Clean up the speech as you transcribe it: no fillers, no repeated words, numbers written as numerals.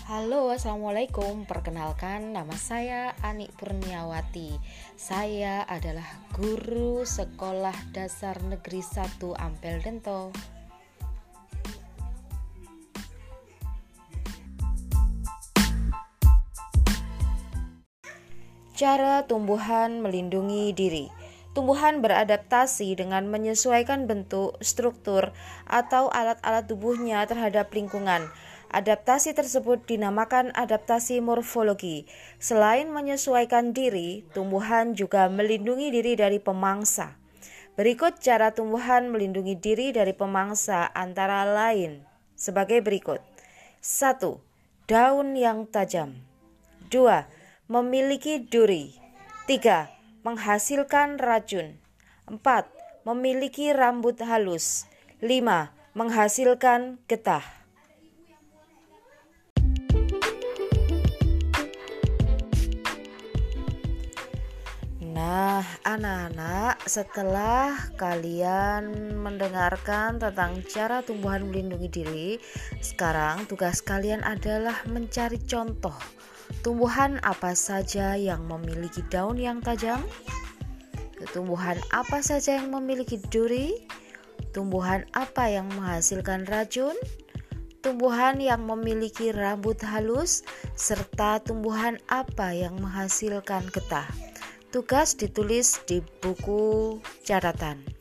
Halo, assalamualaikum. Perkenalkan, nama saya Ani Purniawati. Saya adalah guru Sekolah Dasar Negeri 1 Ampel Dento. Cara tumbuhan melindungi diri. Tumbuhan beradaptasi dengan menyesuaikan bentuk, struktur, atau alat-alat tubuhnya terhadap lingkungan. Adaptasi tersebut dinamakan adaptasi morfologi. Selain menyesuaikan diri, tumbuhan juga melindungi diri dari pemangsa. Berikut cara tumbuhan melindungi diri dari pemangsa antara lain sebagai berikut. 1. Daun yang tajam. 2. Memiliki duri. 3. Menghasilkan racun. 4. Memiliki rambut halus. 5. Menghasilkan getah. Nah, anak-anak, setelah kalian mendengarkan tentang cara tumbuhan melindungi diri, sekarang tugas kalian adalah mencari contoh tumbuhan apa saja yang memiliki daun yang tajam, tumbuhan apa saja yang memiliki duri, tumbuhan apa yang menghasilkan racun, tumbuhan yang memiliki rambut halus, serta tumbuhan apa yang menghasilkan getah. Tugas ditulis di buku catatan.